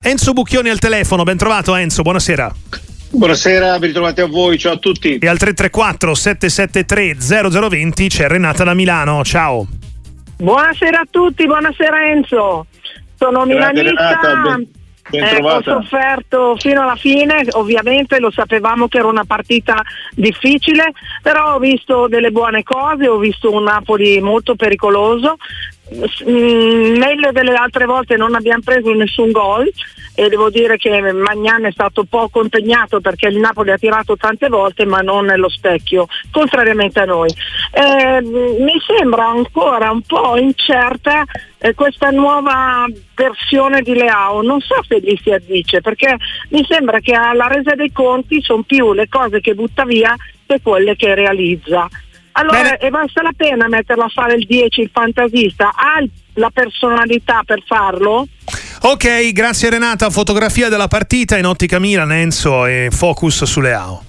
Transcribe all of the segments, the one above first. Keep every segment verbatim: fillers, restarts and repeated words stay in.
Enzo Bucchioni al telefono, ben trovato Enzo, buonasera. Buonasera, ben ritrovati a voi, ciao a tutti. E al tre tre quattro sette sette tre zero zero due zero c'è Renata da Milano, ciao. Buonasera a tutti, buonasera Enzo. Sono milanista. Renata, ben, ben eh, ho sofferto fino alla fine, ovviamente lo sapevamo che era una partita difficile, però ho visto delle buone cose, ho visto un Napoli molto pericoloso. Mm, meglio delle altre volte non abbiamo preso nessun gol e devo dire che Maignan è stato poco impegnato perché il Napoli ha tirato tante volte ma non nello specchio, contrariamente a noi. Eh, mi sembra ancora un po' incerta eh, questa nuova versione di Leao, non so se gli si addice perché mi sembra che alla resa dei conti sono più le cose che butta via che quelle che realizza. Allora, Bene. E basta la pena metterlo a fare il dieci, il fantasista? Ha la personalità per farlo? Ok, grazie Renata. Fotografia della partita in ottica Milan, Enzo, e focus su Leao.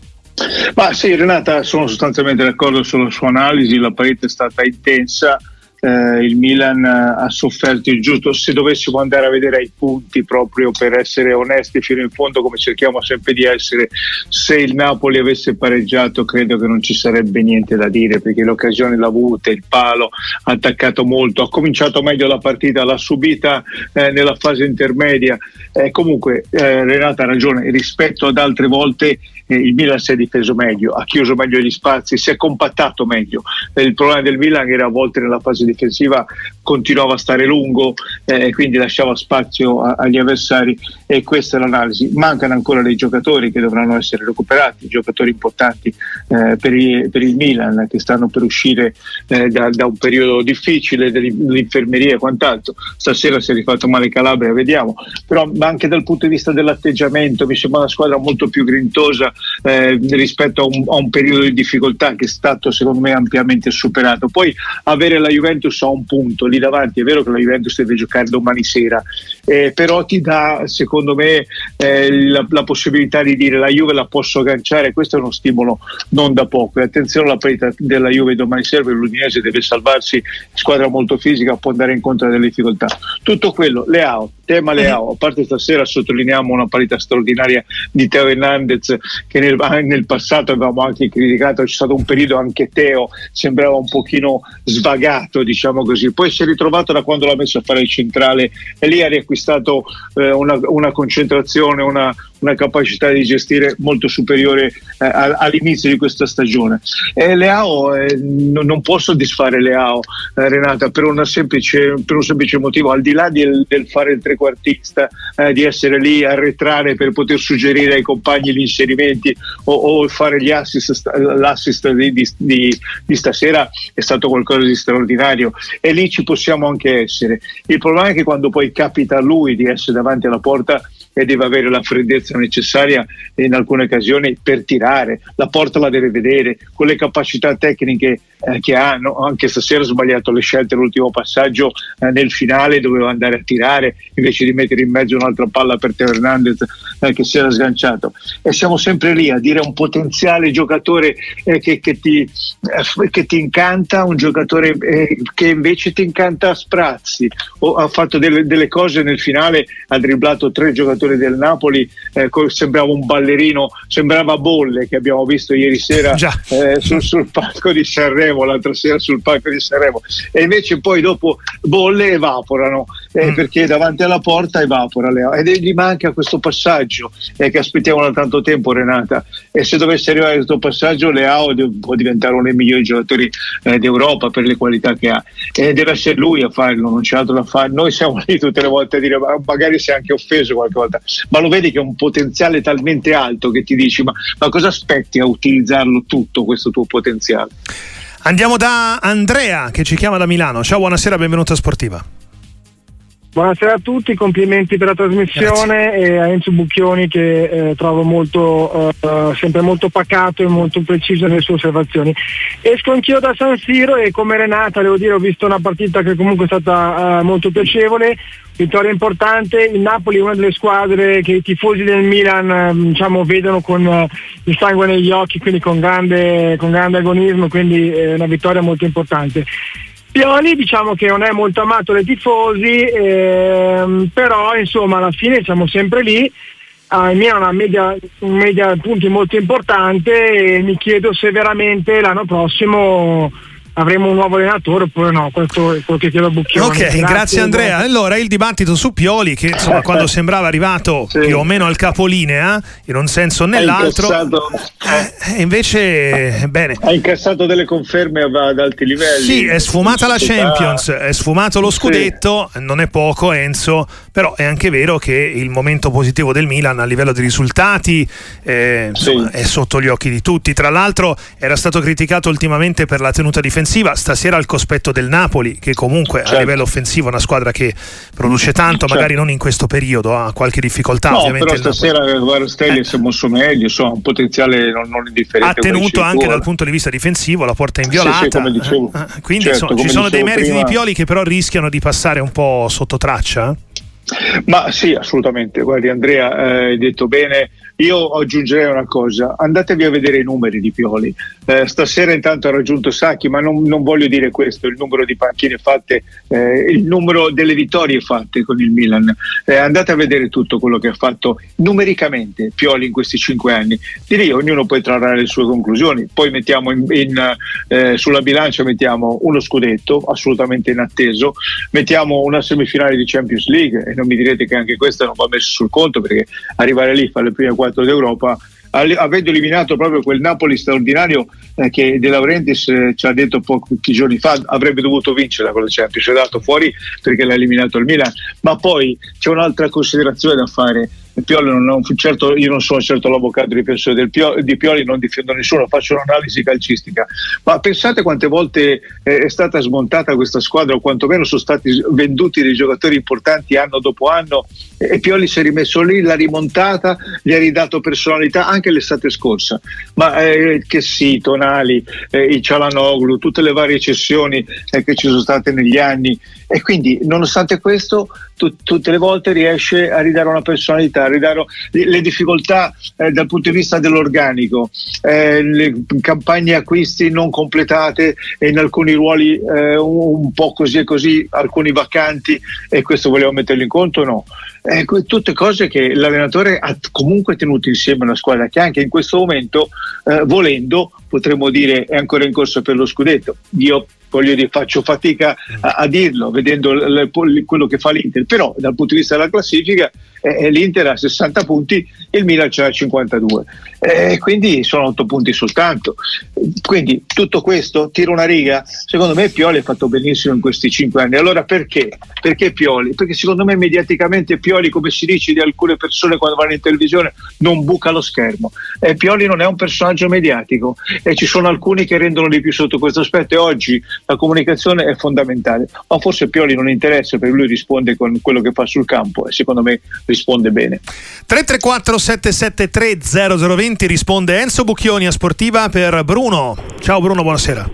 Ma sì, Renata, sono sostanzialmente d'accordo sulla sua analisi. La partita è stata intensa. Eh, il Milan ha sofferto il giusto. Se dovessimo andare a vedere ai punti, proprio per essere onesti fino in fondo, come cerchiamo sempre di essere, se il Napoli avesse pareggiato credo che non ci sarebbe niente da dire, perché l'occasione l'ha avuta, il palo ha attaccato molto, ha cominciato meglio la partita, l'ha subita eh, nella fase intermedia. Eh, comunque eh, Renata ha ragione, rispetto ad altre volte eh, il Milan si è difeso meglio, ha chiuso meglio gli spazi, si è compattato meglio. Eh, il problema del Milan era a volte nella fase difensiva continuava a stare lungo e eh, quindi lasciava spazio a, agli avversari, e questa è l'analisi. Mancano ancora dei giocatori che dovranno essere recuperati, giocatori importanti eh, per, il, per il Milan, che stanno per uscire eh, da, da un periodo difficile dell'infermeria e quant'altro. Stasera si è rifatto male Calabria, vediamo, però anche dal punto di vista dell'atteggiamento mi sembra una squadra molto più grintosa eh, rispetto a un, a un periodo di difficoltà che è stato secondo me ampiamente superato. Poi avere la Juventus a un punto lì davanti, è vero che la Juventus deve giocare domani sera, eh, però ti dà secondo me eh, la, la possibilità di dire la Juve la posso agganciare. Questo è uno stimolo non da poco, e attenzione alla partita della Juve domani sera, l'Udinese deve salvarsi, squadra molto fisica, può andare incontro a delle difficoltà. Tutto quello, Leao, tema Leao, a parte stasera sottolineiamo una partita straordinaria di Teo Hernandez che nel, nel passato avevamo anche criticato, c'è stato un periodo anche Teo sembrava un pochino svagato, diciamo così, poi si è ritrovato da quando l'ha messo a fare il centrale e lì ha riacquistato eh, una, una concentrazione, una, una capacità di gestire molto superiore eh, all'inizio di questa stagione. E Leao eh, non, non può soddisfare Leao, eh, Renata, per, una semplice, per un semplice motivo, al di là del, del fare il trequartista, eh, di essere lì a arretrare per poter suggerire ai compagni gli inserimenti o, o fare gli assist. L'assist di, di, di, di stasera è stato qualcosa di straordinario e lì ci possiamo anche essere. Il problema è che quando poi capita a lui di essere davanti alla porta e deve avere la freddezza necessaria in alcune occasioni per tirare, la porta la deve vedere con le capacità tecniche eh, che ha, no? Anche stasera ha sbagliato le scelte, l'ultimo passaggio eh, nel finale doveva andare a tirare invece di mettere in mezzo un'altra palla per Teo Hernandez eh, che si era sganciato, e siamo sempre lì a dire un potenziale giocatore eh, che, che, ti, eh, che ti incanta, un giocatore eh, che invece ti incanta a sprazzi, o ha fatto delle, delle cose nel finale, ha dribblato tre giocatori del Napoli, eh, sembrava un ballerino, sembrava Bolle che abbiamo visto ieri sera eh, sul, sul palco di Sanremo, l'altra sera sul palco di Sanremo, e invece poi dopo Bolle evaporano eh, mm. perché davanti alla porta evapora Leao, ed gli manca questo passaggio eh, che aspettiamo da tanto tempo, Renata, e se dovesse arrivare questo passaggio Leao può diventare uno dei migliori giocatori eh, d'Europa per le qualità che ha, e deve essere lui a farlo, non c'è altro da fare. Noi siamo lì tutte le volte a dire, ma magari si è anche offeso qualche volta, ma lo vedi che è un potenziale talmente alto che ti dici ma, ma cosa aspetti a utilizzarlo tutto questo tuo potenziale? Andiamo da Andrea che ci chiama da Milano. Ciao, buonasera, benvenuto a Sportiva. Buonasera a tutti, complimenti per la trasmissione. Grazie. E a Enzo Bucchioni che eh, trovo molto uh, sempre molto pacato e molto preciso nelle sue osservazioni. Esco anch'io da San Siro e come Renata devo dire ho visto una partita che comunque è stata uh, molto piacevole, vittoria importante. Il Napoli è una delle squadre che i tifosi del Milan uh, diciamo vedono con uh, il sangue negli occhi, quindi con grande, con grande agonismo, quindi è una vittoria molto importante. Pioli diciamo che non è molto amato dai tifosi, ehm, però insomma alla fine siamo sempre lì. Ah, il Milan ha una media, un media punti molto importante e mi chiedo se veramente l'anno prossimo avremo un nuovo allenatore oppure no. Questo è quello che chiedo a Bucchioni. Ok, grazie, grazie Andrea. Allora il dibattito su Pioli che insomma quando sembrava arrivato sì. più o meno al capolinea in un senso o nell'altro eh, invece bene ha incassato delle conferme ad alti livelli. Sì, è sfumata la Champions, è sfumato lo scudetto, sì. non è poco Enzo, però è anche vero che il momento positivo del Milan a livello di risultati eh, insomma, sì. è sotto gli occhi di tutti. Tra l'altro era stato criticato ultimamente per la tenuta difensiva, stasera al cospetto del Napoli, che comunque certo. a livello offensivo è una squadra che produce tanto, certo. magari non in questo periodo, ha qualche difficoltà. No, ovviamente però stasera Guarastelli eh. si è mosso meglio, insomma, un potenziale non, non indifferente. Ha tenuto anche dal punto di vista difensivo, la porta inviolata. Sì, sì, come dicevo. Eh, quindi certo, insomma, ci sono dei meriti prima... di Pioli che però rischiano di passare un po' sotto traccia. Ma sì, assolutamente. Guardi Andrea, eh, hai detto bene. Io aggiungerei una cosa, andatevi a vedere i numeri di Pioli. Eh, stasera intanto ha raggiunto Sacchi, ma non, non voglio dire questo, il numero di panchine fatte, eh, il numero delle vittorie fatte con il Milan. Eh, andate a vedere tutto quello che ha fatto numericamente Pioli in questi cinque anni. Direi ognuno poi trarrà le sue conclusioni. Poi mettiamo in, in, eh, sulla bilancia mettiamo uno scudetto assolutamente inatteso, mettiamo una semifinale di Champions League e non mi direte che anche questa non va messa sul conto, perché arrivare lì, fare le prime quattro d'Europa, avendo eliminato proprio quel Napoli straordinario eh, che De Laurentiis eh, ci ha detto pochi giorni fa avrebbe dovuto vincere con la Champions, è dato fuori perché l'ha eliminato il Milan. Ma poi c'è un'altra considerazione da fare. Pioli non è un, certo, io non sono certo l'avvocato difensore del Pioli, di Pioli, non difendo nessuno, faccio un'analisi calcistica, ma pensate quante volte eh, è stata smontata questa squadra, o quantomeno sono stati venduti dei giocatori importanti anno dopo anno, e Pioli si è rimesso lì, l'ha rimontata, gli ha ridato personalità anche l'estate scorsa. Ma eh, che sì, Tonali, eh, i Çalhanoğlu, tutte le varie cessioni eh, che ci sono state negli anni, e quindi nonostante questo tu, tutte le volte riesce a ridare una personalità, a ridare le, le difficoltà eh, dal punto di vista dell'organico, eh, le campagne acquisti non completate e in alcuni ruoli eh, un, un po' così e così, alcuni vacanti, e questo volevo metterlo in conto? No. Eh, tutte cose che l'allenatore ha comunque tenuto insieme una squadra che anche in questo momento eh, volendo potremmo dire è ancora in corsa per lo scudetto. Io voglio dire, faccio fatica a, a dirlo vedendo l- l- quello che fa l'Inter, però dal punto di vista della classifica eh, l'Inter ha sessanta punti e il Milan ce l'ha cinquantadue, eh, quindi sono otto punti soltanto. Quindi tutto questo tira una riga. Secondo me Pioli ha fatto benissimo in questi cinque anni. Allora perché? Perché Pioli? Perché secondo me mediaticamente Pioli, come si dice di alcune persone quando vanno in televisione, non buca lo schermo. Eh, Pioli non è un personaggio mediatico e ci sono alcuni che rendono di più sotto questo aspetto, e oggi la comunicazione è fondamentale. Ma forse Pioli non interessa, perché lui risponde con quello che fa sul campo e secondo me risponde bene. tre tre quattro sette sette tre zero zero due zero risponde Enzo Bucchioni a Sportiva per Bruno. Ciao Bruno, buonasera.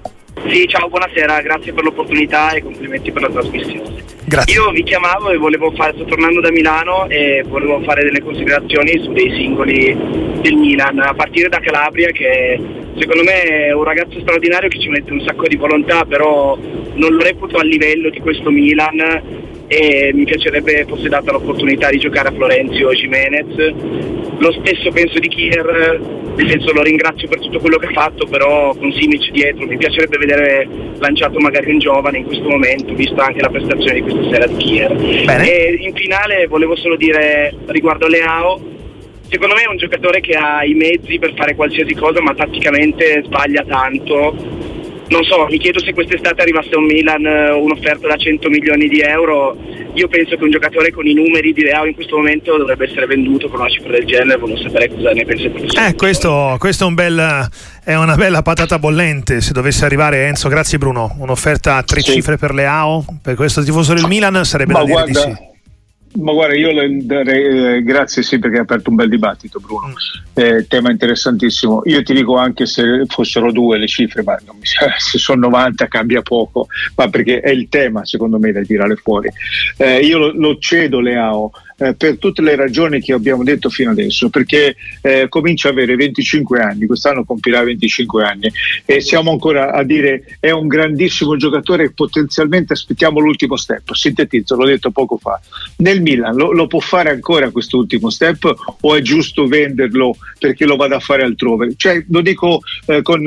Sì, ciao, buonasera, grazie per l'opportunità e complimenti per la trasmissione. Grazie. Io vi chiamavo e volevo fare, sto tornando da Milano e volevo fare delle considerazioni su dei singoli del Milan, a partire da Calabria, che secondo me è un ragazzo straordinario che ci mette un sacco di volontà, però non lo reputo al livello di questo Milan e mi piacerebbe fosse data l'opportunità di giocare a Florenzi o Jimenez. Lo stesso penso di Kier, nel senso lo ringrazio per tutto quello che ha fatto, però con Simic dietro mi piacerebbe vedere lanciato magari un giovane in questo momento, visto anche la prestazione di questa sera di Kier. Bene. E in finale volevo solo dire riguardo Leao, secondo me è un giocatore che ha i mezzi per fare qualsiasi cosa, ma tatticamente sbaglia tanto. Non so, mi chiedo se quest'estate arrivasse a un Milan un'offerta da cento milioni di euro. Io penso che un giocatore con i numeri di Leao in questo momento dovrebbe essere venduto con una cifra del genere. Volevo sapere cosa ne pensa il professore. Eh, questo, questo è un bel è una bella patata bollente se dovesse arrivare, Enzo. Grazie Bruno. Un'offerta a tre sì. cifre per Leao, per questo tifoso del Milan sarebbe Ma da guarda, dire di sì. Ma guarda, io le darei, eh, grazie sì, perché ha aperto un bel dibattito Bruno, mm. eh, tema interessantissimo. Io ti dico anche se fossero due le cifre, ma non mi sa, se sono novanta cambia poco, ma perché è il tema secondo me da tirare fuori. Eh, io lo, lo cedo Leao eh, per tutte le ragioni che abbiamo detto fino adesso, perché eh, comincia a avere venticinque anni, quest'anno compirà venticinque anni e siamo ancora a dire è un grandissimo giocatore e potenzialmente aspettiamo l'ultimo step. Sintetizzo, l'ho detto poco fa, nel Milan lo, lo può fare ancora questo ultimo step o è giusto venderlo perché lo vada a fare altrove? Cioè, lo dico eh, con,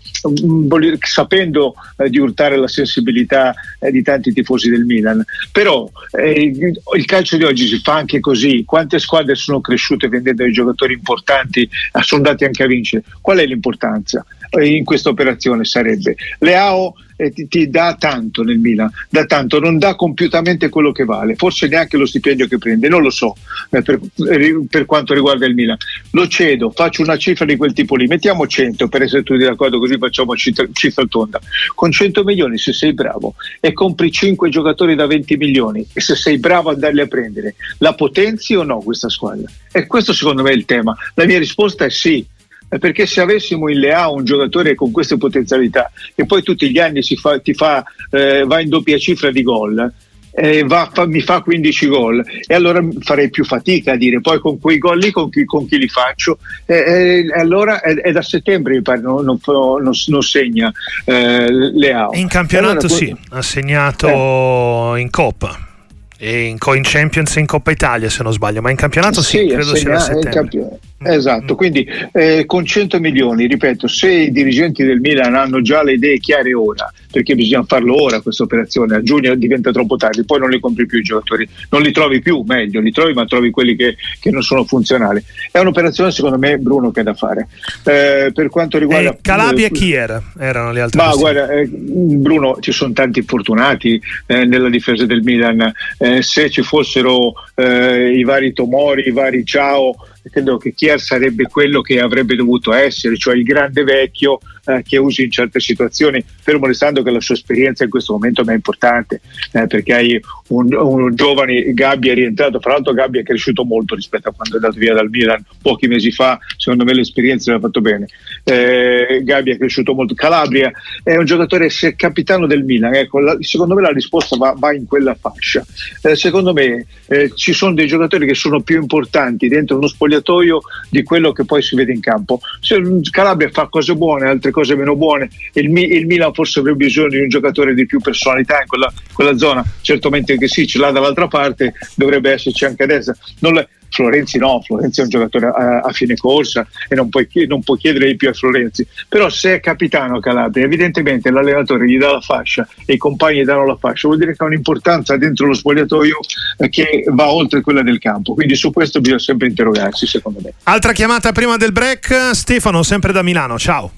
eh, sapendo eh, di urtare la sensibilità eh, di tanti tifosi del Milan, però eh, il calcio di oggi si fa anche così. Quante squadre sono cresciute vendendo dei giocatori importanti, sono andati anche a vincere? Qual è l'importanza in questa operazione? Sarebbe Leao eh, ti, ti dà tanto nel Milan, dà tanto, non dà compiutamente quello che vale, forse neanche lo stipendio che prende, non lo so eh, per, per quanto riguarda il Milan. Lo cedo, faccio una cifra di quel tipo lì, mettiamo cento per essere tutti d'accordo, così facciamo cifra, cifra tonda. Con cento milioni, se sei bravo e compri cinque giocatori da venti milioni, e se sei bravo a andarli a prendere, la potenzi o no questa squadra? E questo secondo me è il tema. La mia risposta è sì, perché se avessimo in Leao un giocatore con queste potenzialità e poi tutti gli anni si fa, ti fa, eh, va in doppia cifra di gol, eh, va, fa, mi fa quindici gol, e allora farei più fatica a dire poi con quei gol lì con chi, con chi li faccio, e eh, eh, allora è, è da settembre mi pare non, non, non, non segna eh, Leao. In campionato allora, sì, ha segnato eh. in Coppa e in, in Champions e in Coppa Italia se non sbaglio, ma in campionato sì, sì credo sia da settembre. Esatto, quindi eh, con cento milioni, ripeto, se i dirigenti del Milan hanno già le idee chiare ora, perché bisogna farlo ora questa operazione, a giugno diventa troppo tardi, poi non li compri più i giocatori, non li trovi più, meglio, li trovi ma trovi quelli che, che non sono funzionali. È un'operazione secondo me, Bruno, che è da fare. Eh, per quanto riguarda eh, Calabria e Kier erano le altre. Ma questioni. Guarda, eh, Bruno, ci sono tanti infortunati eh, nella difesa del Milan, eh, se ci fossero eh, i vari Tomori, i vari Ciao, credo che Kier sarebbe quello che avrebbe dovuto essere, cioè il grande vecchio eh, che usi in certe situazioni, fermo restando che la sua esperienza in questo momento è importante, eh, perché hai un, un giovane, Gabbia è rientrato, fra l'altro Gabbia è cresciuto molto rispetto a quando è andato via dal Milan pochi mesi fa, secondo me l'esperienza l'ha fatto bene, eh, Gabbia è cresciuto molto. Calabria è un giocatore, se è capitano del Milan, ecco, la, secondo me la risposta va, va in quella fascia. Eh, secondo me eh, ci sono dei giocatori che sono più importanti dentro uno spogliatoio di quello che poi si vede in campo. Se Calabria fa cose buone, altre cose meno buone, il, il Milan forse avrebbe bisogno di un giocatore di più personalità in quella, quella zona, certamente che sì, ce l'ha dall'altra parte, dovrebbe esserci anche a destra. Non le, Florenzi no, Florenzi è un giocatore a, a fine corsa e non puoi, non puoi chiedere di più a Florenzi, però se è capitano Calabria, evidentemente l'allenatore gli dà la fascia e i compagni danno la fascia, vuol dire che ha un'importanza dentro lo spogliatoio eh, che va oltre quella del campo, quindi su questo bisogna sempre interrogarsi, secondo me. Altra chiamata prima del break, Stefano, sempre da Milano, ciao.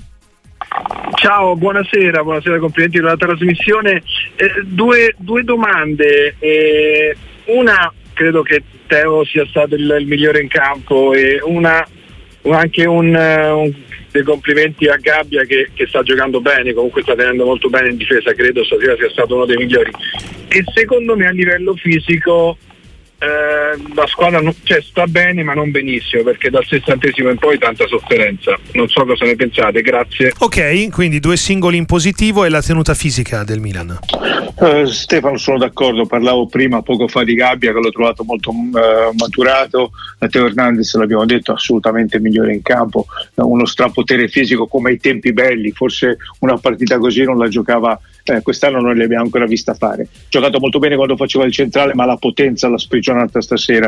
Ciao, buonasera, buonasera, complimenti per la trasmissione. Eh, due, due domande, eh, una credo che Teo sia stato il, il migliore in campo e una anche un, un dei complimenti a Gabbia che, che sta giocando bene, comunque sta tenendo molto bene in difesa, credo stasera sia stato uno dei migliori, e secondo me a livello fisico eh, la squadra non, cioè, sta bene ma non benissimo, perché dal sessantesimo in poi tanta sofferenza, non so cosa ne pensate, grazie. Ok, quindi due singoli in positivo e la tenuta fisica del Milan. Uh, Stefano, sono d'accordo, parlavo prima poco fa di Gabbia che l'ho trovato molto uh, maturato, Teo Hernandez l'abbiamo detto assolutamente migliore in campo, uh, uno strapotere fisico come ai tempi belli, forse una partita così non la giocava, eh, quest'anno non l'abbiamo ancora vista fare, giocato molto bene quando faceva il centrale ma la potenza l'ha sprigionata stasera,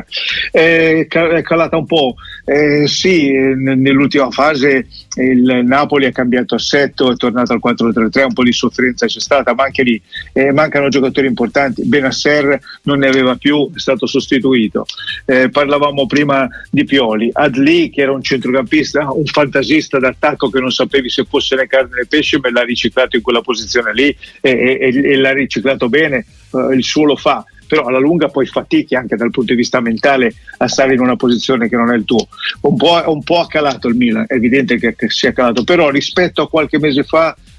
è calata un po', eh, sì, nell'ultima fase il Napoli ha cambiato assetto, è tornato al quattro tre tre, un po' di sofferenza c'è stata, ma anche lì eh, mancano giocatori importanti. Benasser non ne aveva più, è stato sostituito, eh, parlavamo prima di Pioli, Adli che era un centrocampista, un fantasista d'attacco che non sapevi se fosse né carne né pesce, ma l'ha riciclato in quella posizione lì e, e, e l'ha riciclato bene, eh, il suo lo fa, però alla lunga poi fatichi anche dal punto di vista mentale a stare in una posizione che non è il tuo. Un po', un po' ha calato il Milan, è evidente che, che sia calato, però rispetto a qualche mese fa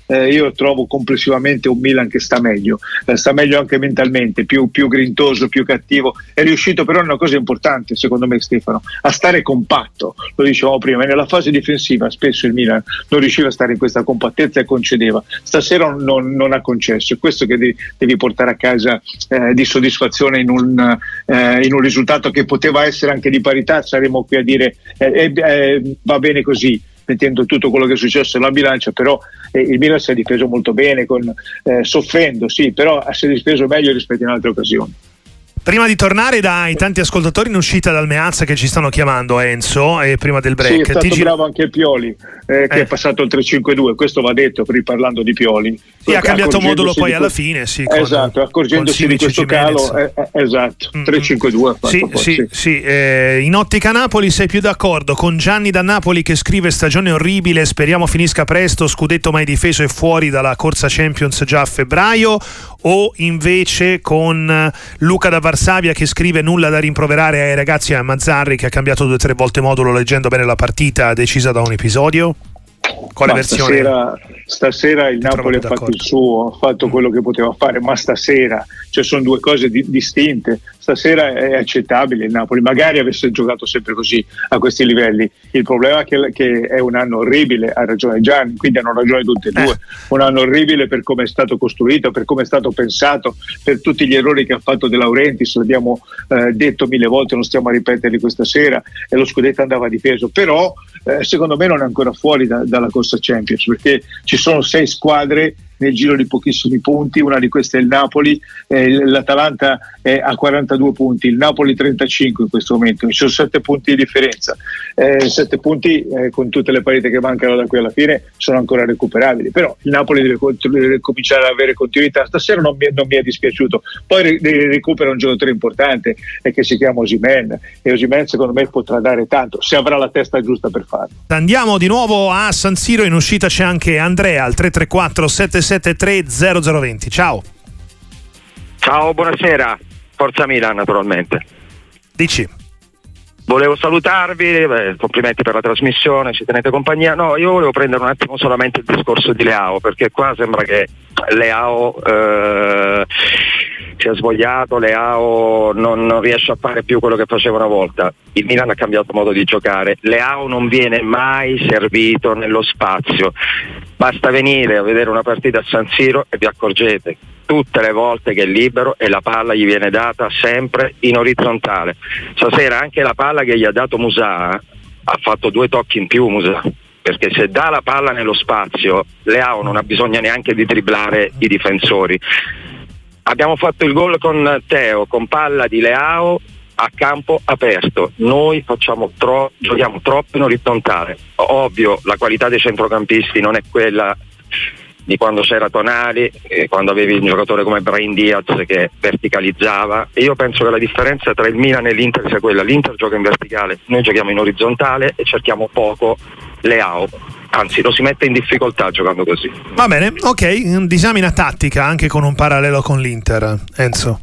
eh, io trovo complessivamente un Milan che sta meglio, eh, sta meglio anche mentalmente, più, più grintoso, più cattivo. È riuscito però una cosa importante secondo me, Stefano, a stare compatto, lo dicevamo prima, nella fase difensiva spesso il Milan non riusciva a stare in questa compattezza e concedeva. Stasera non, non ha concesso, è questo che devi, devi portare a casa eh, di soddisfazione in un, eh, in un risultato che poteva essere anche di parità. Saremo qui a dire eh, eh, va bene così, mettendo tutto quello che è successo nella bilancia, però eh, il Milan si è difeso molto bene, con, eh, soffrendo sì, però si è difeso meglio rispetto in altre occasioni. Prima di tornare dai tanti ascoltatori in uscita dal Meazza che ci stanno chiamando, Enzo, e prima del break. Sì, è stato Ti bravo anche il Pioli, eh, che eh. è passato il tre cinque due, questo va detto, riparlando di Pioli. Sì, ha cambiato modulo poi alla que- fine, sì. Con, esatto, accorgendosi di questo calo, eh, eh, esatto, mm. tre cinque due ha fatto sì, poi, sì, sì. sì. Eh, in ottica Napoli sei più d'accordo con Gianni da Napoli che scrive stagione orribile, speriamo finisca presto, scudetto mai difeso e fuori dalla corsa Champions già a febbraio, o invece con Luca da Varsavia che scrive nulla da rimproverare ai ragazzi e a Mazzarri che ha cambiato due o tre volte modulo leggendo bene la partita decisa da un episodio? Quale ma versione? Stasera, stasera il Napoli ha fatto d'accordo. il suo, ha fatto mm. quello che poteva fare, ma stasera, cioè sono due cose di, distinte. Stasera è accettabile il Napoli, magari avesse giocato sempre così a questi livelli. Il problema è che, che è un anno orribile, ha ragione Gianni, quindi hanno ragione tutti e due. Eh. Un anno orribile per come è stato costruito, per come è stato pensato, per tutti gli errori che ha fatto De Laurentiis, l'abbiamo eh, detto mille volte, non stiamo a ripeterli questa sera, e lo scudetto andava difeso, però eh, secondo me non è ancora fuori da, dalla corsa Champions, perché ci sono sei squadre nel giro di pochissimi punti, una di queste è il Napoli, eh, l'Atalanta è a quarantadue punti, il Napoli trentacinque in questo momento, ci sono sette punti di differenza, eh, sette punti eh, con tutte le partite che mancano da qui alla fine sono ancora recuperabili, però il Napoli deve, deve cominciare ad avere continuità. Stasera non mi, non mi è dispiaciuto, poi ri, recupera un giocatore importante eh, che si chiama Osimhen, e Osimhen secondo me potrà dare tanto se avrà la testa giusta per farlo. Andiamo di nuovo a San Siro, in uscita c'è anche Andrea al tre tre quattro sette sette tre zero zero due zero. Ciao. Ciao, buonasera. Forza Milan, naturalmente. Dici. Volevo salutarvi, beh, complimenti per la trasmissione, ci tenete compagnia. No, io volevo prendere un attimo solamente il discorso di Leao, perché qua sembra che Leao eh, si è svogliato, Leao non, non riesce a fare più quello che faceva una volta. Il Milan ha cambiato modo di giocare, Leao non viene mai servito nello spazio. Basta venire a vedere una partita a San Siro e vi accorgete tutte le volte che è libero e la palla gli viene data sempre in orizzontale. Stasera anche la palla che gli ha dato Musà ha fatto due tocchi in più Musà, perché se dà la palla nello spazio Leao non ha bisogno neanche di dribblare i difensori. Abbiamo fatto il gol con Teo, con palla di Leao a campo aperto. Noi facciamo tro- giochiamo troppo in orizzontale. Ovvio, la qualità dei centrocampisti non è quella di quando c'era Tonali, eh, quando avevi un giocatore come Brahim Diaz che verticalizzava, e io penso che la differenza tra il Milan e l'Inter sia quella: l'Inter gioca in verticale, noi giochiamo in orizzontale e cerchiamo poco Leao, anzi lo si mette in difficoltà giocando così. Va bene, ok, disamina tattica anche con un parallelo con l'Inter, Enzo.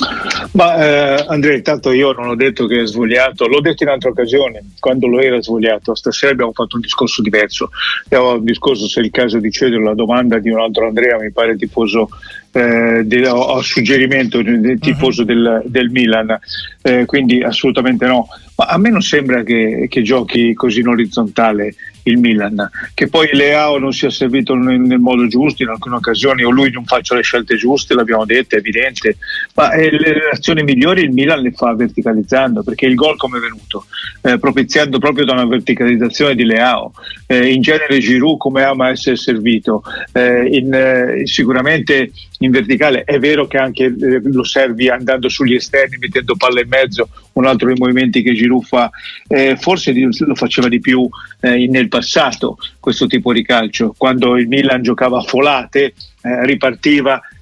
Ma eh, Andrea, intanto io non ho detto che è svogliato, l'ho detto in altre occasioni quando lo era svogliato. Stasera abbiamo fatto un discorso diverso, abbiamo un discorso, se è il caso di cedere la domanda di un altro Andrea, mi pare tifoso eh, del, a suggerimento del tifoso uh-huh. del, del Milan, eh, quindi assolutamente no, ma a me non sembra che, che giochi così in orizzontale il Milan, che poi Leao non sia servito nel, nel modo giusto in alcune occasioni, o lui non faccia le scelte giuste, l'abbiamo detto, è evidente, ma eh, le azioni migliori il Milan le fa verticalizzando, perché il gol come è venuto? Eh, propiziando proprio da una verticalizzazione di Leao, eh, in genere Giroud come ama essere servito, eh, in, eh, sicuramente in verticale. È vero che anche eh, lo servi andando sugli esterni, mettendo palla in mezzo, un altro dei movimenti che Giroud fa, eh, forse lo faceva di più eh, nel passato questo tipo di calcio, quando il Milan giocava a folate, eh, ripartiva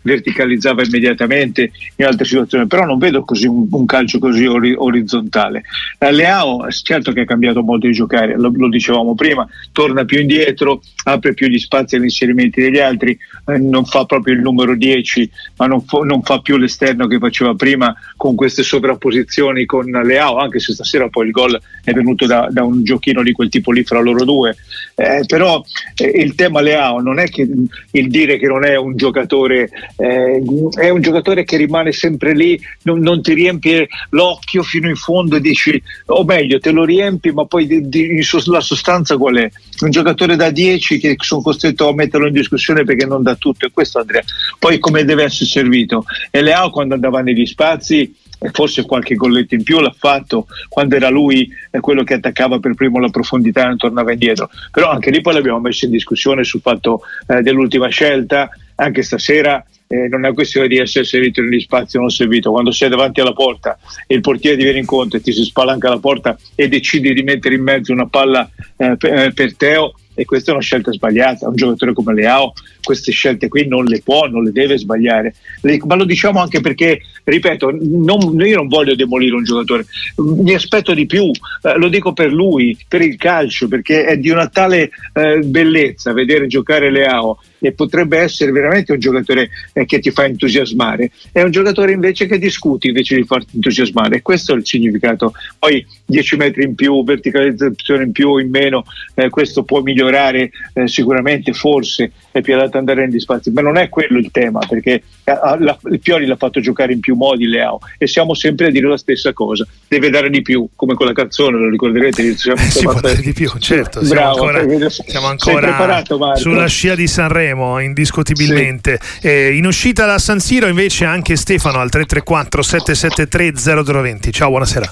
verticalizzava immediatamente in altre situazioni, però non vedo così un, un calcio così ori- orizzontale. Eh, Leao certo che ha cambiato molto di giocare, lo, lo dicevamo prima, torna più indietro, apre più gli spazi agli inserimenti degli altri, eh, non fa proprio il numero dieci, ma non, fo- non fa più l'esterno che faceva prima con queste sovrapposizioni con Leao, anche se stasera poi il gol è venuto da, da un giochino di quel tipo lì fra loro due. Eh, però eh, il tema Leao non è che il dire che non è un giocatore, eh, è un giocatore che rimane sempre lì, non, non ti riempie l'occhio fino in fondo e dici, o meglio te lo riempi ma poi di, di, la sostanza qual è? Un giocatore da dieci che sono costretto a metterlo in discussione perché non dà tutto, e questo Andrea poi come deve essere servito. E Leao quando andava negli spazi e forse qualche golletto in più l'ha fatto quando era lui eh, quello che attaccava per primo la profondità e non tornava indietro, però anche lì poi l'abbiamo messo in discussione sul fatto eh, dell'ultima scelta. Anche stasera eh, non è questione di essere servito negli spazi o non servito, quando sei davanti alla porta e il portiere ti viene incontro e ti si spalanca la porta e decidi di mettere in mezzo una palla eh, per, per Teo, e questa è una scelta sbagliata. Un giocatore come Leao queste scelte qui non le può, non le deve sbagliare, le, ma lo diciamo anche perché, ripeto, non, io non voglio demolire un giocatore, mi aspetto di più, eh, lo dico per lui, per il calcio, perché è di una tale eh, bellezza vedere giocare Leao, e potrebbe essere veramente un giocatore eh, che ti fa entusiasmare. È un giocatore invece che discuti invece di farti entusiasmare, questo è il significato. Poi dieci metri in più, verticalizzazione in più o in meno, eh, questo può migliorare eh, sicuramente, forse è più adatto ad andare negli spazi, ma non è quello il tema, perché eh, la, il Pioli l'ha fatto giocare in più modi Leao, e siamo sempre a dire la stessa cosa, deve dare di più, come quella canzone, lo ricorderete, siamo eh, si può dare di più, certo. Bravo, siamo ancora, siamo ancora sulla scia di Sanremo, indiscutibilmente. Sì. Eh, in uscita da San Siro invece anche Stefano al tre tre quattro sette sette tre zero zero due zero. Ciao, buonasera.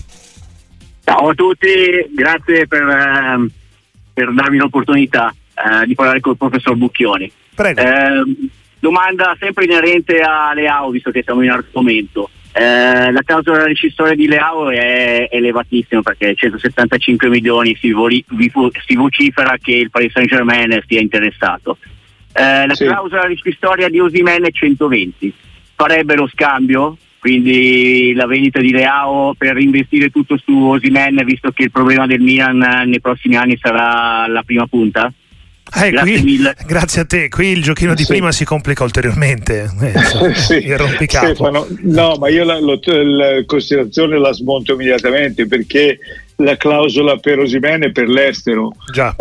Ciao a tutti, grazie per, eh, per darmi l'opportunità eh, di parlare col professor Bucchioni. Prego. Eh, domanda sempre inerente a Leao, visto che siamo in argomento. Eh, la clausola rescissoria di Leao è elevatissima, perché centosettantacinque milioni si, voli, si vocifera che il Paris Saint-Germain stia interessato. Eh, la sì. clausola rescissoria di Osimhen è centoventi. Farebbe lo scambio, quindi la vendita di Leao, per investire tutto su Osimhen, visto che il problema del Milan nei prossimi anni sarà la prima punta? Eh, grazie, qui, grazie a te, qui il giochino di sì. prima si complica ulteriormente, eh, so, sì. il rompicapo. Stefano, no, ma io la, la, la considerazione la smonto immediatamente, perché la clausola per Osimhen è per l'estero. Già.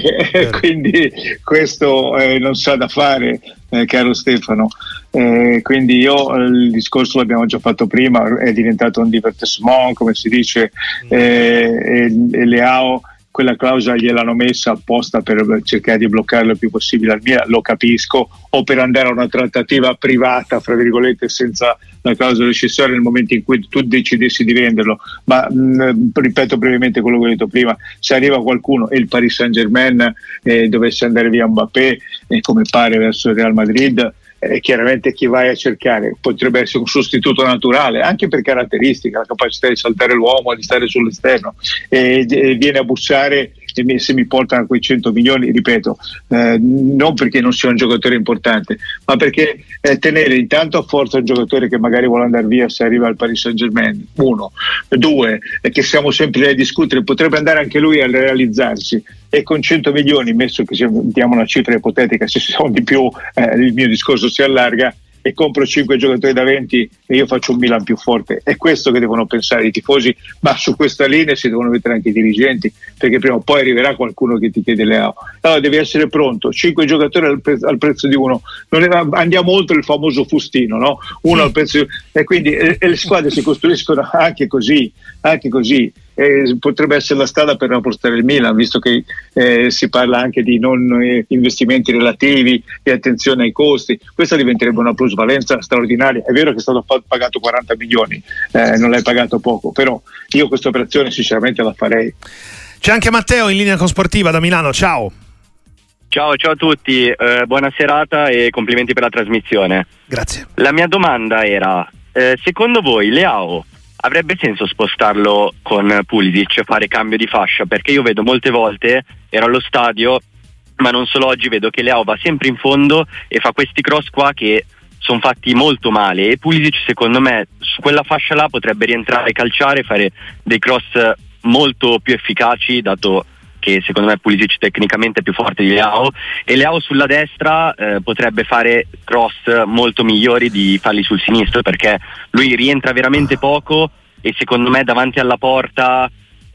Quindi questo eh, non sa da fare, eh, caro Stefano. Eh, quindi io il discorso l'abbiamo già fatto prima, è diventato un divertissement, come si dice, eh, e, e Leao quella clausola gliel'hanno messa apposta per cercare di bloccarlo il più possibile al Milan, lo capisco, o per andare a una trattativa privata, fra virgolette, senza la clausola rescissoria nel momento in cui tu decidessi di venderlo. Ma mh, ripeto brevemente quello che ho detto prima, se arriva qualcuno e il Paris Saint-Germain eh, dovesse andare via Mbappé, eh, come pare verso il Real Madrid, Eh, chiaramente chi vai a cercare potrebbe essere un sostituto naturale, anche per caratteristica, la capacità di saltare l'uomo, di stare sull'esterno, e, e viene a bussare, e mi, se mi portano quei cento milioni, ripeto, eh, non perché non sia un giocatore importante, ma perché eh, tenere intanto a forza un giocatore che magari vuole andare via se arriva al Paris Saint-Germain, uno, due, eh, che siamo sempre lì a discutere, potrebbe andare anche lui a realizzarsi, e con cento milioni, messo che diamo una cifra ipotetica, se sono di più eh, il mio discorso si allarga, e compro cinque giocatori da venti e io faccio un Milan più forte. È questo che devono pensare i tifosi, ma su questa linea si devono mettere anche i dirigenti, perché prima o poi arriverà qualcuno che ti chiede Leao. Allora devi essere pronto, cinque giocatori al, pre- al prezzo di uno, non è, andiamo oltre il famoso fustino, no? Uno al prezzo di... e quindi e, e le squadre si costruiscono anche così, anche così. Eh, potrebbe essere la strada per rafforzare il Milan, visto che eh, si parla anche di non eh, investimenti relativi, di attenzione ai costi. Questa diventerebbe una plusvalenza straordinaria. È vero che è stato pagato quaranta milioni, eh, non l'hai pagato poco, però io questa operazione sinceramente la farei. C'è anche Matteo in linea con Sportiva da Milano, ciao. Ciao, ciao a tutti, eh, buona serata e complimenti per la trasmissione. Grazie. La mia domanda era, eh, secondo voi Leao avrebbe senso spostarlo con Pulisic, fare cambio di fascia? Perché io vedo molte volte, ero allo stadio, ma non solo oggi, vedo che Leao va sempre in fondo e fa questi cross qua che sono fatti molto male, e Pulisic secondo me su quella fascia là potrebbe rientrare, calciare, fare dei cross molto più efficaci, dato che secondo me Pulisic tecnicamente è più forte di Leao, e Leao sulla destra eh, potrebbe fare cross molto migliori di farli sul sinistro, perché lui rientra veramente poco e secondo me davanti alla porta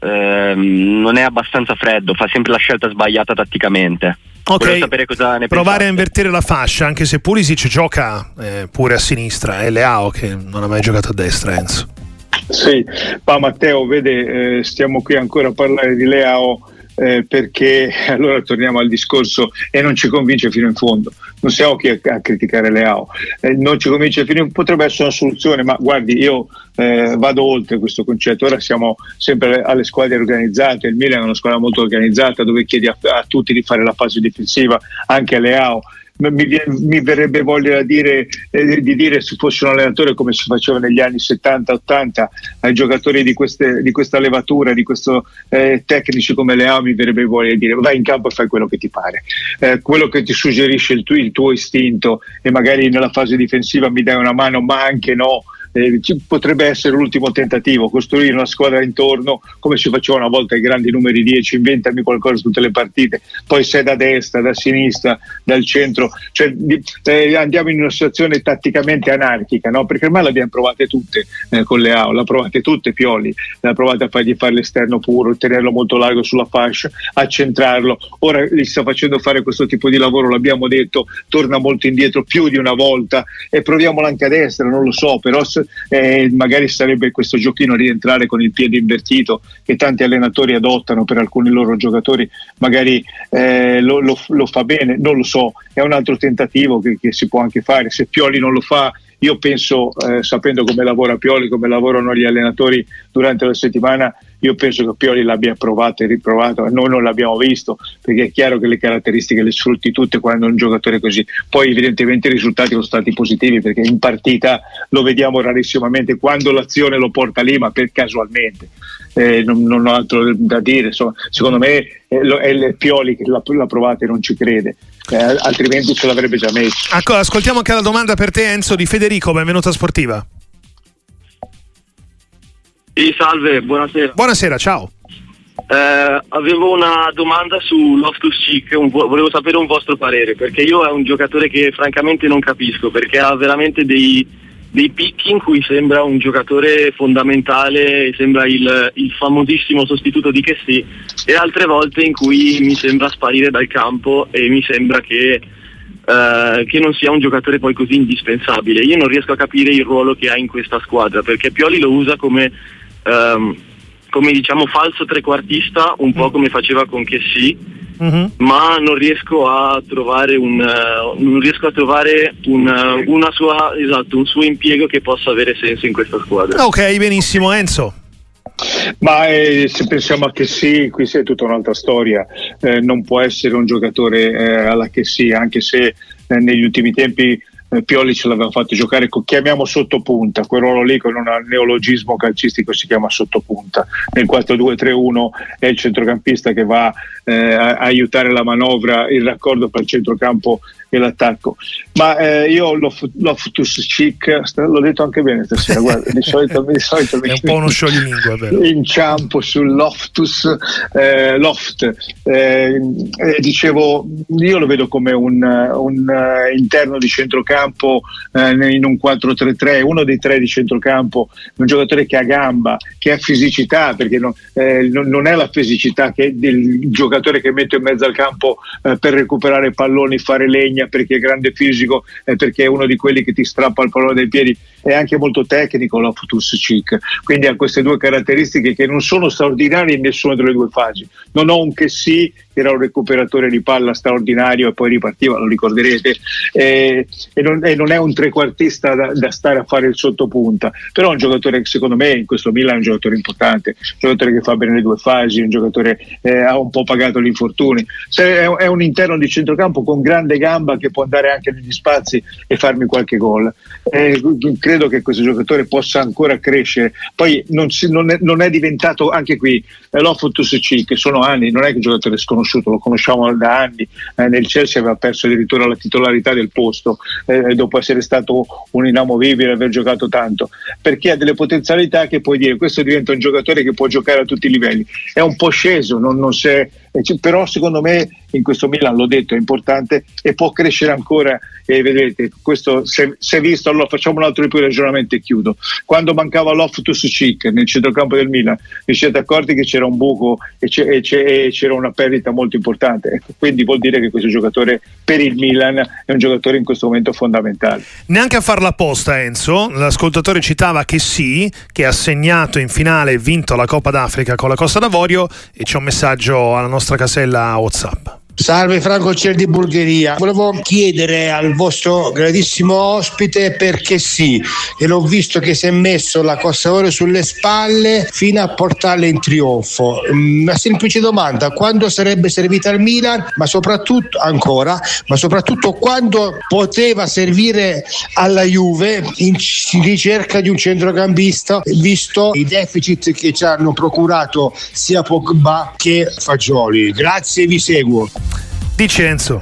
ehm, non è abbastanza freddo, fa sempre la scelta sbagliata tatticamente. Ok, sapere cosa ne provare pensate. a invertire la fascia, anche se Pulisic gioca eh, pure a sinistra, è Leao che non ha mai giocato a destra, Enzo. Sì, ma Matteo, vede, eh, stiamo qui ancora a parlare di Leao eh, perché allora torniamo al discorso e non ci convince fino in fondo. Non siamo qui a, a criticare Leao, eh, non ci convince fino in fondo, potrebbe essere una soluzione, ma guardi, io eh, vado oltre questo concetto. Ora siamo sempre alle, alle squadre organizzate, il Milan è una squadra molto organizzata dove chiedi a, a tutti di fare la fase difensiva, anche a Leao. Mi, mi verrebbe voglia di dire, eh, di dire se fosse un allenatore, come si faceva negli anni settanta ottanta ai giocatori di, queste, di questa levatura, di questo eh, tecnici come Leao, mi verrebbe voglia di dire vai in campo e fai quello che ti pare, eh, quello che ti suggerisce il tuo, il tuo istinto, e magari nella fase difensiva mi dai una mano, ma anche no. Eh, potrebbe essere l'ultimo tentativo, costruire una squadra intorno come si faceva una volta ai grandi numeri dieci, inventami qualcosa su tutte le partite, poi sei da destra, da sinistra, dal centro, cioè eh, andiamo in una situazione tatticamente anarchica, no? Perché ormai l'abbiamo provate tutte eh, con Leao, l'ha provate tutte Pioli, l'ha provate a fargli fare l'esterno puro, tenerlo molto largo sulla fascia, accentrarlo, ora gli sta facendo fare questo tipo di lavoro, l'abbiamo detto, torna molto indietro più di una volta, e proviamolo anche a destra, non lo so, però Eh, magari sarebbe questo giochino rientrare con il piede invertito che tanti allenatori adottano per alcuni loro giocatori, magari eh, lo, lo, lo fa bene, non lo so, è un altro tentativo che, che si può anche fare. Se Pioli non lo fa, io penso, eh, sapendo come lavora Pioli, come lavorano gli allenatori durante la settimana, io penso che Pioli l'abbia provato e riprovato, noi non l'abbiamo visto, perché è chiaro che le caratteristiche le sfrutti tutte quando è un giocatore così. Poi evidentemente i risultati sono stati positivi, perché in partita lo vediamo rarissimamente quando l'azione lo porta lì, ma per casualmente. Eh, non, non ho altro da dire, insomma, secondo me è, è il Pioli che l'ha, l'ha provata e non ci crede, eh, altrimenti ce l'avrebbe già messo. Ascoltiamo anche la domanda per te, Enzo, di Federico, benvenuto a Sportiva. Sì, salve, buonasera. Buonasera, ciao. Eh, avevo una domanda su Loftus-Cheek, un vo- volevo sapere un vostro parere, perché io è un giocatore che francamente non capisco, perché ha veramente dei, dei picchi in cui sembra un giocatore fondamentale, sembra il, il famosissimo sostituto di Kessie, e altre volte in cui mi sembra sparire dal campo e mi sembra che Uh, che non sia un giocatore poi così indispensabile. Io non riesco a capire il ruolo che ha in questa squadra, perché Pioli lo usa come um, come diciamo falso trequartista, un po' come faceva con Kessie, mm-hmm. ma non riesco a trovare un uh, non riesco a trovare un, uh, una sua esatto un suo impiego che possa avere senso in questa squadra. Ok, benissimo, Enzo. Ma eh, se pensiamo a Kessie, qui c'è tutta un'altra storia, eh, non può essere un giocatore eh, alla Kessie, anche se eh, negli ultimi tempi eh, Pioli ce l'aveva fatto giocare, con, chiamiamo sottopunta, quel ruolo lì con un neologismo calcistico si chiama sottopunta. Nel quattro due tre uno è il centrocampista che va eh, a aiutare la manovra, il raccordo tra il centrocampo e l'attacco. Ma eh, io Loftus-Cheek, l'ho detto anche bene stasera, guarda, di solito, di solito è un po' uno scioglilingua, vero? Inciampo sul Loftus eh, Loft eh, eh, dicevo, io lo vedo come un, un uh, interno di centrocampo eh, in un quattro tre tre, uno dei tre di centrocampo, un giocatore che ha gamba, che ha fisicità, perché non, eh, non, non è la fisicità che del giocatore che mette in mezzo al campo eh, per recuperare palloni, fare legna, perché è grande fisico, eh, perché è uno di quelli che ti strappa il pallone dai piedi, è anche molto tecnico Loftus-Cheek, quindi ha queste due caratteristiche che non sono straordinarie in nessuna delle due fasi. Non ho un Kessie che era un recuperatore di palla straordinario e poi ripartiva, lo ricorderete, eh, e, non, e non è un trequartista da, da stare a fare il sottopunta, però è un giocatore che secondo me in questo Milan è un giocatore importante, un giocatore che fa bene le due fasi, un giocatore eh, ha un po' pagato gli infortuni, se è, è un interno di centrocampo con grande gamba che può andare anche negli spazi e farmi qualche gol. Eh, credo credo che questo giocatore possa ancora crescere. Poi non, si, non, è, non è diventato, anche qui eh, Loftus-Cheek, che sono anni, non è che un giocatore sconosciuto, lo conosciamo da anni, eh, nel Chelsea aveva perso addirittura la titolarità del posto eh, dopo essere stato un inamovibile, aver giocato tanto, perché ha delle potenzialità che puoi dire questo diventa un giocatore che può giocare a tutti i livelli. È un po' sceso, non, non si è, eh, però secondo me in questo Milan, l'ho detto, è importante e può crescere ancora, e vedete, questo si è visto. Allora facciamo un altro di più ragionamento e chiudo. Quando mancava Loftus-Cheek nel centrocampo del Milan, vi siete accorti che c'era un buco e, c'è, e, c'è, e c'era una perdita molto importante, ecco, quindi vuol dire che questo giocatore per il Milan è un giocatore in questo momento fondamentale. Neanche a farla apposta, Enzo, l'ascoltatore citava che sì, che ha segnato in finale e vinto la Coppa d'Africa con la Costa d'Avorio, e c'è un messaggio alla nostra casella WhatsApp. Salve, Franco Cer di Bulgaria. Volevo chiedere al vostro gradissimo ospite perché sì, e l'ho visto che si è messo la Costa d'Avorio sulle spalle fino a portarla in trionfo. Una semplice domanda: quando sarebbe servita al Milan, ma soprattutto ancora, ma soprattutto quando poteva servire alla Juve in, in ricerca di un centrocampista, visto i deficit che ci hanno procurato sia Pogba che Fagioli. Grazie, vi seguo. Dice Enzo.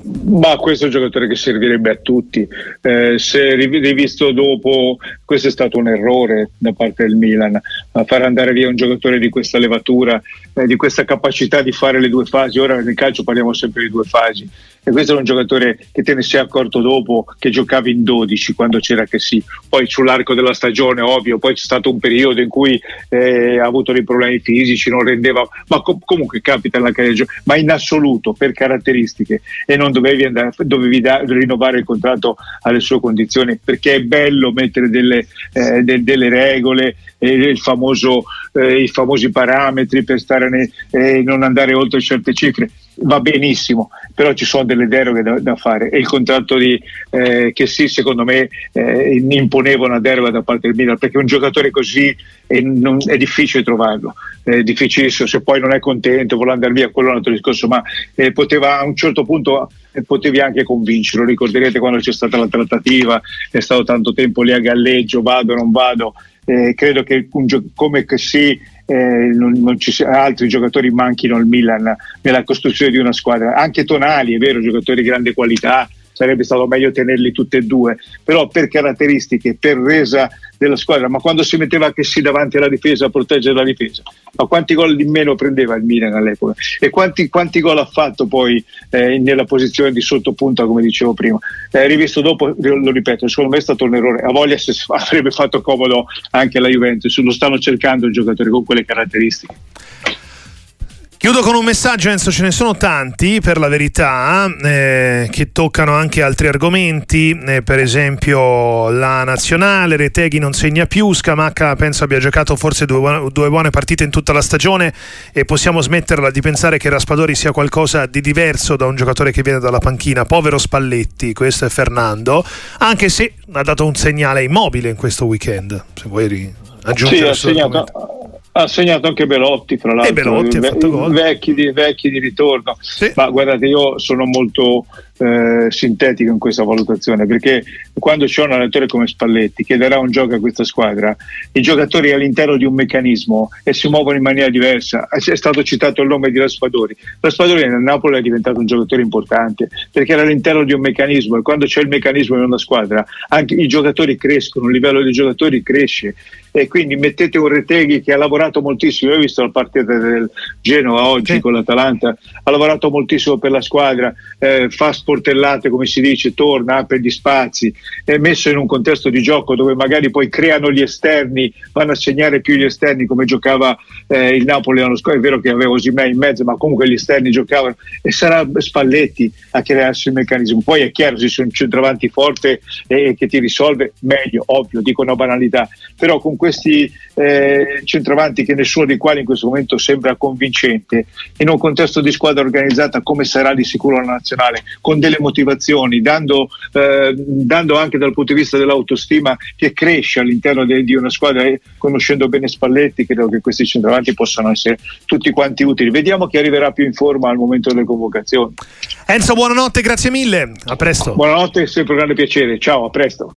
Ma questo è un giocatore che servirebbe a tutti, eh, se rivisto dopo, questo è stato un errore da parte del Milan, a far andare via un giocatore di questa levatura, eh, di questa capacità di fare le due fasi. Ora nel calcio parliamo sempre di due fasi, e questo è un giocatore che te ne sei accorto dopo che giocavi in dodici quando c'era che sì, poi sull'arco della stagione ovvio, poi c'è stato un periodo in cui eh, ha avuto dei problemi fisici, non rendeva, ma com- comunque capita nella carriera, ma in assoluto per caratteristiche, e non dovevi andare, dovevi da, rinnovare il contratto alle sue condizioni, perché è bello mettere delle, eh, de, delle regole, eh, il famoso, eh, i famosi parametri per stare nei, eh, non andare oltre certe cifre, va benissimo, però ci sono delle deroghe da, da fare, e il contratto di eh, che sì, secondo me eh, imponeva una deroga da parte del Milan, perché un giocatore così è, non, è difficile trovarlo, è difficilissimo. Se poi non è contento, vuole andare via, quello è un altro discorso, ma eh, poteva a un certo punto eh, potevi anche convincerlo. Ricorderete quando c'è stata la trattativa, è stato tanto tempo lì a galleggio, vado non vado, eh, credo che un gio- come che sì Eh, non, non ci sia, altri giocatori manchino al Milan nella costruzione di una squadra, anche Tonali, è vero, giocatori di grande qualità, sarebbe stato meglio tenerli tutti e due, però per caratteristiche, per resa della squadra. Ma quando si metteva che sì davanti alla difesa a proteggere la difesa, ma quanti gol di meno prendeva il Milan all'epoca, e quanti, quanti gol ha fatto poi eh, nella posizione di sottopunta, come dicevo prima. Eh, rivisto dopo, lo ripeto, secondo me è stato un errore. A voglia se avrebbe fatto comodo anche la Juventus, lo stanno cercando il giocatore con quelle caratteristiche. Chiudo con un messaggio, Enzo, ce ne sono tanti per la verità, eh, che toccano anche altri argomenti, eh, per esempio la nazionale, Retegui non segna più, Scamacca penso abbia giocato forse due, due buone partite in tutta la stagione, e possiamo smetterla di pensare che Raspadori sia qualcosa di diverso da un giocatore che viene dalla panchina. Povero Spalletti, questo è Fernando, anche se ha dato un segnale Immobile in questo weekend, se vuoi aggiungere. Sì, ha segnato, ha segnato anche Belotti, fra l'altro, e Belotti ve- ha fatto gol. Vecchi di, vecchi di ritorno, sì. Ma guardate, io sono molto eh, sintetico in questa valutazione, perché quando c'è un allenatore come Spalletti che darà un gioco a questa squadra, i giocatori all'interno di un meccanismo e si muovono in maniera diversa. È stato citato il nome di Raspadori. Raspadori nel Napoli è diventato un giocatore importante perché era all'interno di un meccanismo, e quando c'è il meccanismo in una squadra anche i giocatori crescono, il livello dei giocatori cresce, e quindi mettete un Retegui che ha lavorato moltissimo. Io ho visto la partita del Genova oggi, sì, con l'Atalanta, ha lavorato moltissimo per la squadra, eh, fa sportellate, come si dice, torna, apre gli spazi, è messo in un contesto di gioco dove magari poi creano gli esterni, vanno a segnare più gli esterni come giocava eh, il Napoli l'anno scorso. È vero che aveva Osimhen in mezzo, ma comunque gli esterni giocavano, e sarà Spalletti a crearsi il meccanismo. Poi è chiaro, se c'è un centravanti forte e eh, che ti risolve, meglio, ovvio, dico una banalità, però con questi eh, centravanti, che nessuno dei quali in questo momento sembra convincente, in un contesto di squadra organizzata come sarà di sicuro la nazionale, con delle motivazioni, dando, eh, dando anche dal punto di vista dell'autostima che cresce all'interno de, di una squadra, e conoscendo bene Spalletti credo che questi centravanti possano essere tutti quanti utili. Vediamo chi arriverà più in forma al momento delle convocazioni. Enzo, buonanotte, grazie mille, a presto. Buonanotte, è sempre un grande piacere, ciao, a presto.